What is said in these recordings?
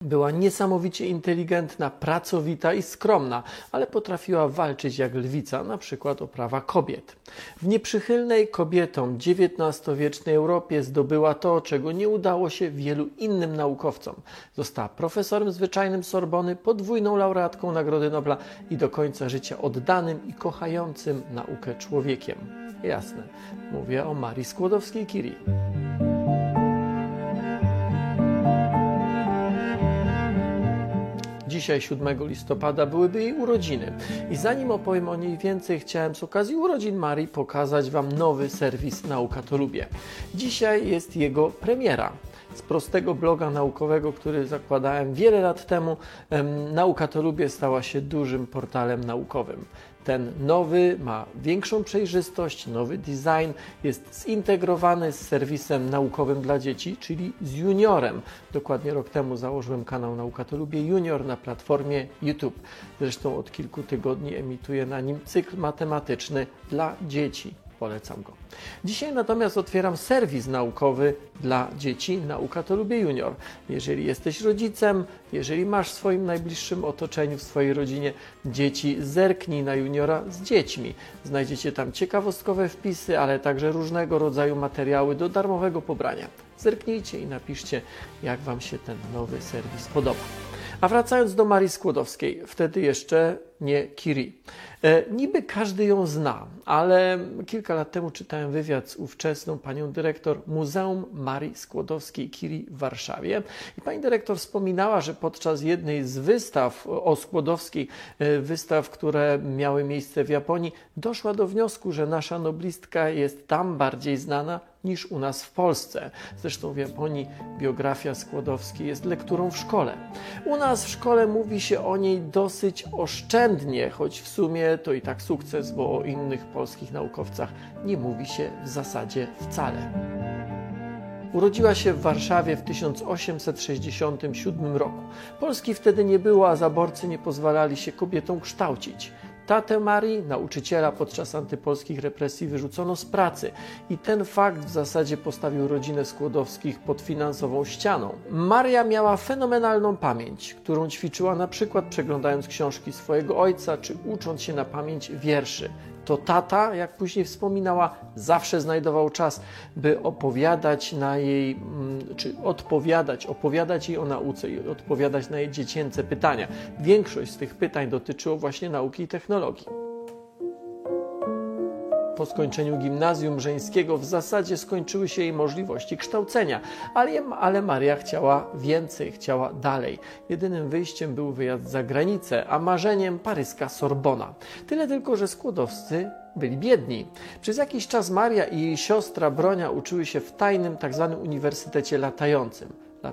Była niesamowicie inteligentna, pracowita i skromna, ale potrafiła walczyć jak lwica, na przykład o prawa kobiet. W nieprzychylnej kobietom XIX-wiecznej Europie zdobyła to, czego nie udało się wielu innym naukowcom. Została profesorem zwyczajnym Sorbony, podwójną laureatką Nagrody Nobla i do końca życia oddanym i kochającym naukę człowiekiem. Jasne, mówię o Marii Skłodowskiej-Curie. Dzisiaj, 7 listopada, byłyby jej urodziny. I zanim opowiem o niej więcej, chciałem z okazji urodzin Marii pokazać Wam nowy serwis Nauka to Lubię. Dzisiaj jest jego premiera. Z prostego bloga naukowego, który zakładałem wiele lat temu, Nauka to Lubię stała się dużym portalem naukowym. Ten nowy ma większą przejrzystość, nowy design, jest zintegrowany z serwisem naukowym dla dzieci, czyli z Juniorem. Dokładnie rok temu założyłem kanał Nauka to Lubię Junior na platformie YouTube. Zresztą od kilku tygodni emituję na nim cykl matematyczny dla dzieci. Polecam go. Dzisiaj natomiast otwieram serwis naukowy dla dzieci Nauka to Lubię Junior. Jeżeli jesteś rodzicem, jeżeli masz w swoim najbliższym otoczeniu, w swojej rodzinie dzieci, zerknij na Juniora z dziećmi. Znajdziecie tam ciekawostkowe wpisy, ale także różnego rodzaju materiały do darmowego pobrania. Zerknijcie i napiszcie, jak Wam się ten nowy serwis podoba. A wracając do Marii Skłodowskiej, wtedy jeszcze nie Curie. Niby każdy ją zna, ale kilka lat temu czytałem wywiad z ówczesną panią dyrektor Muzeum Marii Skłodowskiej-Curie w Warszawie i pani dyrektor wspominała, że podczas jednej z wystaw o Skłodowskiej, wystaw, które miały miejsce w Japonii, doszła do wniosku, że nasza noblistka jest tam bardziej znana niż u nas w Polsce. Zresztą w Japonii biografia Skłodowskiej jest lekturą w szkole. U nas w szkole mówi się o niej dosyć oszczędnie, choć w sumie to i tak sukces, bo o innych polskich naukowcach nie mówi się w zasadzie wcale. Urodziła się w Warszawie w 1867 roku. Polski wtedy nie było, a zaborcy nie pozwalali się kobietom kształcić. Tatę Marii, nauczyciela, podczas antypolskich represji wyrzucono z pracy i ten fakt w zasadzie postawił rodzinę Skłodowskich pod finansową ścianą. Maria miała fenomenalną pamięć, którą ćwiczyła na przykład przeglądając książki swojego ojca czy ucząc się na pamięć wierszy. To tata, jak później wspominała, zawsze znajdował czas, by opowiadać opowiadać jej o nauce i odpowiadać na jej dziecięce pytania. Większość z tych pytań dotyczyło właśnie nauki i technologii. Po skończeniu gimnazjum żeńskiego w zasadzie skończyły się jej możliwości kształcenia, ale Maria chciała więcej, chciała dalej. Jedynym wyjściem był wyjazd za granicę, a marzeniem paryska Sorbona. Tyle tylko, że Skłodowscy byli biedni. Przez jakiś czas Maria i jej siostra Bronia uczyły się w tajnym tzw. uniwersytecie latającym.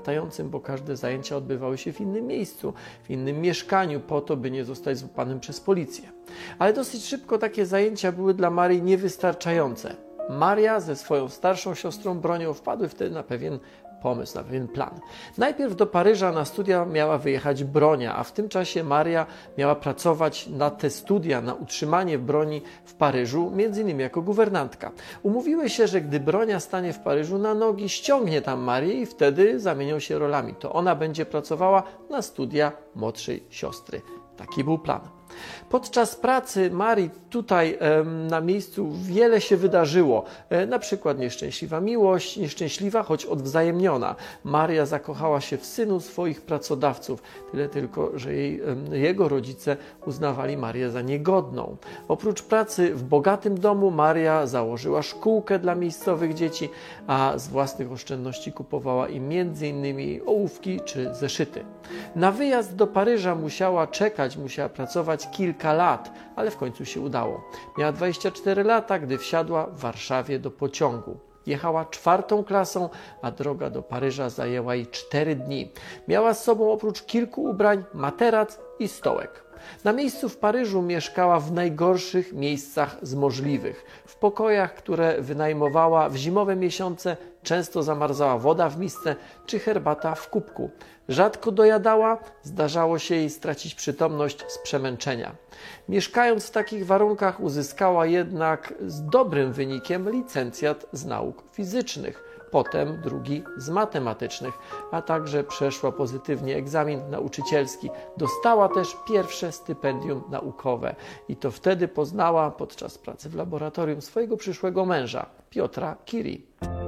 Bo każde zajęcia odbywały się w innym miejscu, w innym mieszkaniu, po to, by nie zostać złapanym przez policję. Ale dosyć szybko takie zajęcia były dla Marii niewystarczające. Maria ze swoją starszą siostrą Bronią wpadły wtedy na pewien pomysł, na pewien plan. Najpierw do Paryża na studia miała wyjechać Bronia, a w tym czasie Maria miała pracować na te studia, na utrzymanie Broni w Paryżu, m.in. jako guwernantka. Umówiły się, że gdy Bronia stanie w Paryżu na nogi, ściągnie tam Marię i wtedy zamienią się rolami. To ona będzie pracowała na studia młodszej siostry. Taki był plan. Podczas pracy Marii tutaj na miejscu wiele się wydarzyło. Na przykład nieszczęśliwa miłość, nieszczęśliwa, choć odwzajemniona. Maria zakochała się w synu swoich pracodawców. Tyle tylko, że jego rodzice uznawali Marię za niegodną. Oprócz pracy w bogatym domu Maria założyła szkółkę dla miejscowych dzieci, a z własnych oszczędności kupowała im m.in. ołówki czy zeszyty. Na wyjazd do Paryża musiała pracować kilka lat, ale w końcu się udało. Miała 24 lata, gdy wsiadła w Warszawie do pociągu. Jechała 4. klasą, a droga do Paryża zajęła jej 4 dni. Miała z sobą oprócz kilku ubrań materac i stołek. Na miejscu w Paryżu mieszkała w najgorszych miejscach z możliwych. W pokojach, które wynajmowała w zimowe miesiące, często zamarzała woda w misce czy herbata w kubku. Rzadko dojadała, zdarzało się jej stracić przytomność z przemęczenia. Mieszkając w takich warunkach uzyskała jednak z dobrym wynikiem licencjat z nauk fizycznych. potem drugi z matematycznych, a także przeszła pozytywnie egzamin nauczycielski. Dostała też pierwsze stypendium naukowe i to wtedy poznała podczas pracy w laboratorium swojego przyszłego męża, Piotra Curie.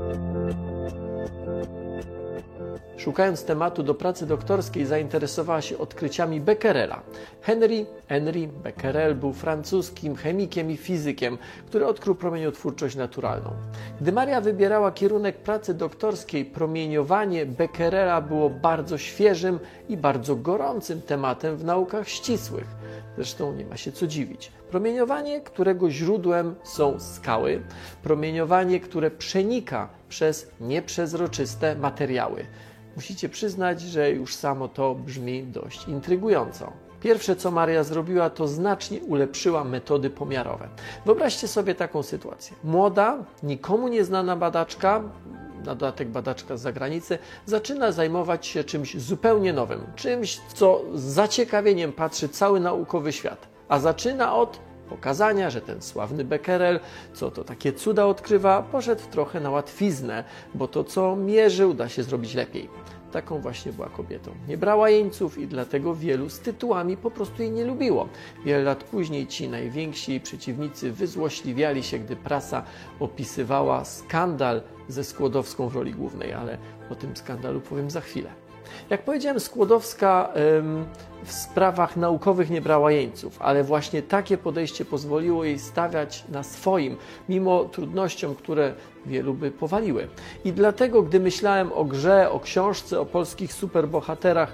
Szukając tematu do pracy doktorskiej, zainteresowała się odkryciami Becquerela. Henry Becquerel był francuskim chemikiem i fizykiem, który odkrył promieniotwórczość naturalną. Gdy Maria wybierała kierunek pracy doktorskiej, promieniowanie Becquerela było bardzo świeżym i bardzo gorącym tematem w naukach ścisłych. Zresztą nie ma się co dziwić. Promieniowanie, którego źródłem są skały, promieniowanie, które przenika przez nieprzezroczyste materiały. Musicie przyznać, że już samo to brzmi dość intrygująco. Pierwsze, co Maria zrobiła, to znacznie ulepszyła metody pomiarowe. Wyobraźcie sobie taką sytuację. Młoda, nikomu nieznana badaczka, na dodatek badaczka z zagranicy, zaczyna zajmować się czymś zupełnie nowym. Czymś, co z zaciekawieniem patrzy cały naukowy świat. A zaczyna od pokazania, że ten sławny Becquerel, co to takie cuda odkrywa, poszedł trochę na łatwiznę, bo to, co mierzył, da się zrobić lepiej. Taką właśnie była kobietą. Nie brała jeńców i dlatego wielu z tytułami po prostu jej nie lubiło. Wiele lat później ci najwięksi jej przeciwnicy wyzłośliwiali się, gdy prasa opisywała skandal ze Skłodowską w roli głównej, ale o tym skandalu powiem za chwilę. Jak powiedziałem, Skłodowska w sprawach naukowych nie brała jeńców, ale właśnie takie podejście pozwoliło jej stawiać na swoim, mimo trudnościom, które wielu by powaliły. I dlatego, gdy myślałem o grze, o książce, o polskich superbohaterach,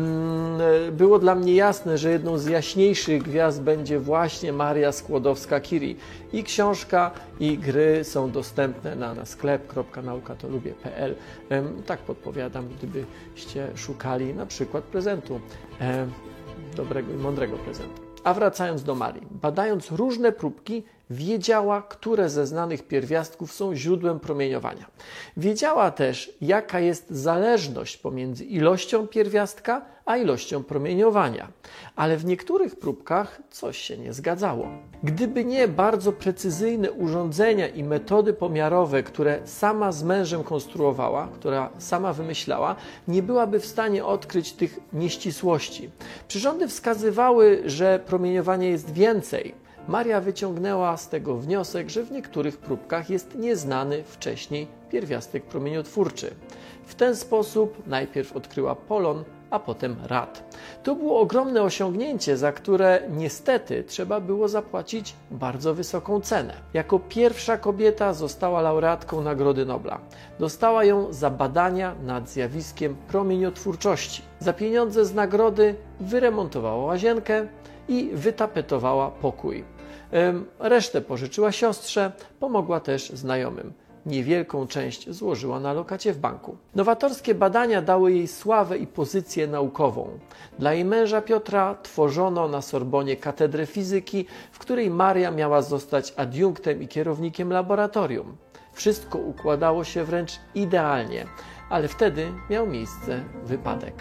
było dla mnie jasne, że jedną z jaśniejszych gwiazd będzie właśnie Maria Skłodowska-Curie. I książka, i gry są dostępne na sklep.naukatolubie.pl. Tak podpowiadam, gdybyście szukali na przykład prezentu, dobrego i mądrego prezentu. A wracając do Marii, badając różne próbki, wiedziała, które ze znanych pierwiastków są źródłem promieniowania. Wiedziała też, jaka jest zależność pomiędzy ilością pierwiastka a ilością promieniowania. Ale w niektórych próbkach coś się nie zgadzało. Gdyby nie bardzo precyzyjne urządzenia i metody pomiarowe, które sama z mężem konstruowała, która sama wymyślała, nie byłaby w stanie odkryć tych nieścisłości. Przyrządy wskazywały, że promieniowanie jest więcej. Maria wyciągnęła z tego wniosek, że w niektórych próbkach jest nieznany wcześniej pierwiastek promieniotwórczy. W ten sposób najpierw odkryła polon, a potem rad. To było ogromne osiągnięcie, za które niestety trzeba było zapłacić bardzo wysoką cenę. Jako pierwsza kobieta została laureatką Nagrody Nobla. Dostała ją za badania nad zjawiskiem promieniotwórczości. Za pieniądze z nagrody wyremontowała łazienkę i wytapetowała pokój. Resztę pożyczyła siostrze, pomogła też znajomym. Niewielką część złożyła na lokacie w banku. Nowatorskie badania dały jej sławę i pozycję naukową. Dla jej męża Piotra tworzono na Sorbonie katedrę fizyki, w której Maria miała zostać adiunktem i kierownikiem laboratorium. Wszystko układało się wręcz idealnie, ale wtedy miał miejsce wypadek.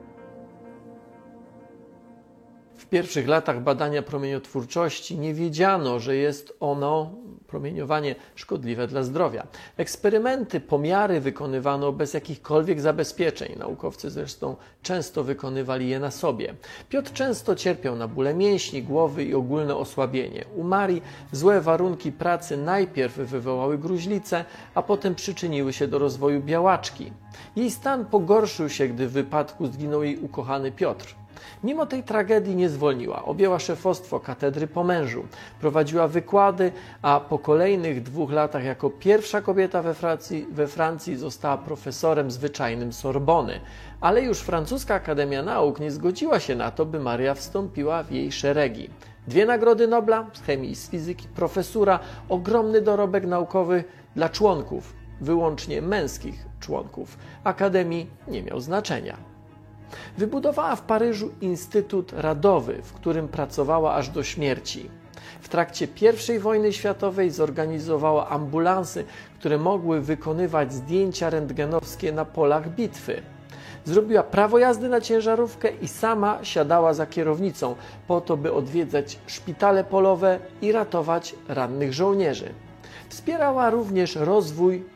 W pierwszych latach badania promieniotwórczości nie wiedziano, że jest ono, promieniowanie, szkodliwe dla zdrowia. Eksperymenty, pomiary wykonywano bez jakichkolwiek zabezpieczeń. Naukowcy zresztą często wykonywali je na sobie. Piotr często cierpiał na bóle mięśni, głowy i ogólne osłabienie. U Marii złe warunki pracy najpierw wywołały gruźlicę, a potem przyczyniły się do rozwoju białaczki. Jej stan pogorszył się, gdy w wypadku zginął jej ukochany Piotr. Mimo tej tragedii nie zwolniła. Objęła szefostwo katedry po mężu. Prowadziła wykłady, a po kolejnych 2 latach jako pierwsza kobieta we Francji została profesorem zwyczajnym Sorbony. Ale już francuska Akademia Nauk nie zgodziła się na to, by Maria wstąpiła w jej szeregi. 2 nagrody Nobla z chemii i z fizyki, profesura, ogromny dorobek naukowy dla członków, wyłącznie męskich członków. Akademii nie miał znaczenia. Wybudowała w Paryżu Instytut Radowy, w którym pracowała aż do śmierci. W trakcie I wojny światowej zorganizowała ambulansy, które mogły wykonywać zdjęcia rentgenowskie na polach bitwy. Zrobiła prawo jazdy na ciężarówkę i sama siadała za kierownicą po to, by odwiedzać szpitale polowe i ratować rannych żołnierzy. Wspierała również rozwój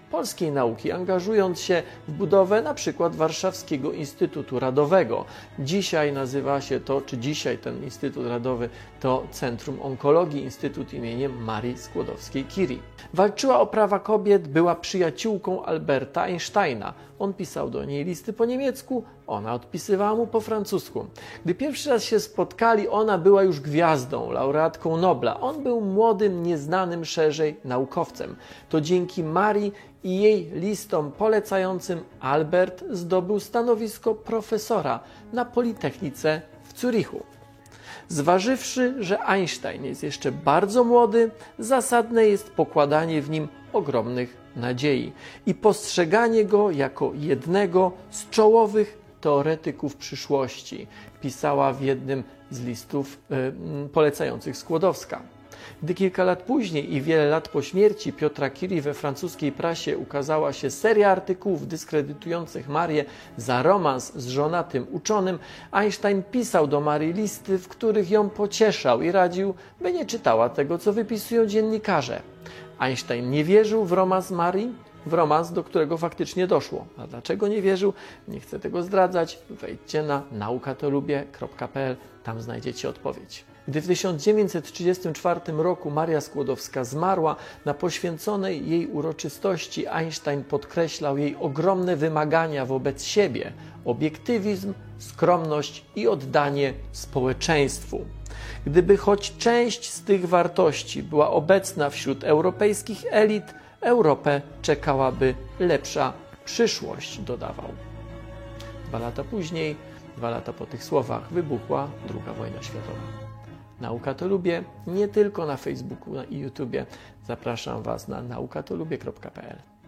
polskiej nauki, angażując się w budowę np. Warszawskiego Instytutu Radowego. Dzisiaj nazywa się to, czy dzisiaj ten Instytut Radowy to Centrum Onkologii, Instytut imieniem Marii Skłodowskiej-Curie. Walczyła o prawa kobiet, była przyjaciółką Alberta Einsteina. On pisał do niej listy po niemiecku, ona odpisywała mu po francusku. Gdy pierwszy raz się spotkali, ona była już gwiazdą, laureatką Nobla. On był młodym, nieznanym szerzej naukowcem. To dzięki Marii i jej listom polecającym Albert zdobył stanowisko profesora na Politechnice w Zurichu. Zważywszy, że Einstein jest jeszcze bardzo młody, zasadne jest pokładanie w nim ogromnych nadziei i postrzeganie go jako jednego z czołowych teoretyków przyszłości, pisała w jednym z listów polecających Skłodowska. Gdy kilka lat później i wiele lat po śmierci Piotra Curie we francuskiej prasie ukazała się seria artykułów dyskredytujących Marię za romans z żonatym uczonym, Einstein pisał do Marii listy, w których ją pocieszał i radził, by nie czytała tego, co wypisują dziennikarze. Einstein nie wierzył w romans Marii, w romans, do którego faktycznie doszło. A dlaczego nie wierzył? Nie chcę tego zdradzać. Wejdźcie na naukatolubię.pl, tam znajdziecie odpowiedź. Gdy w 1934 roku Maria Skłodowska zmarła, na poświęconej jej uroczystości Einstein podkreślał jej ogromne wymagania wobec siebie, obiektywizm, skromność i oddanie społeczeństwu. Gdyby choć część z tych wartości była obecna wśród europejskich elit, Europę czekałaby lepsza przyszłość, dodawał. 2 lata później, 2 lata po tych słowach, wybuchła II wojna światowa. Nauka to lubię nie tylko na Facebooku i YouTubie. Zapraszam Was na naukatolubię.pl.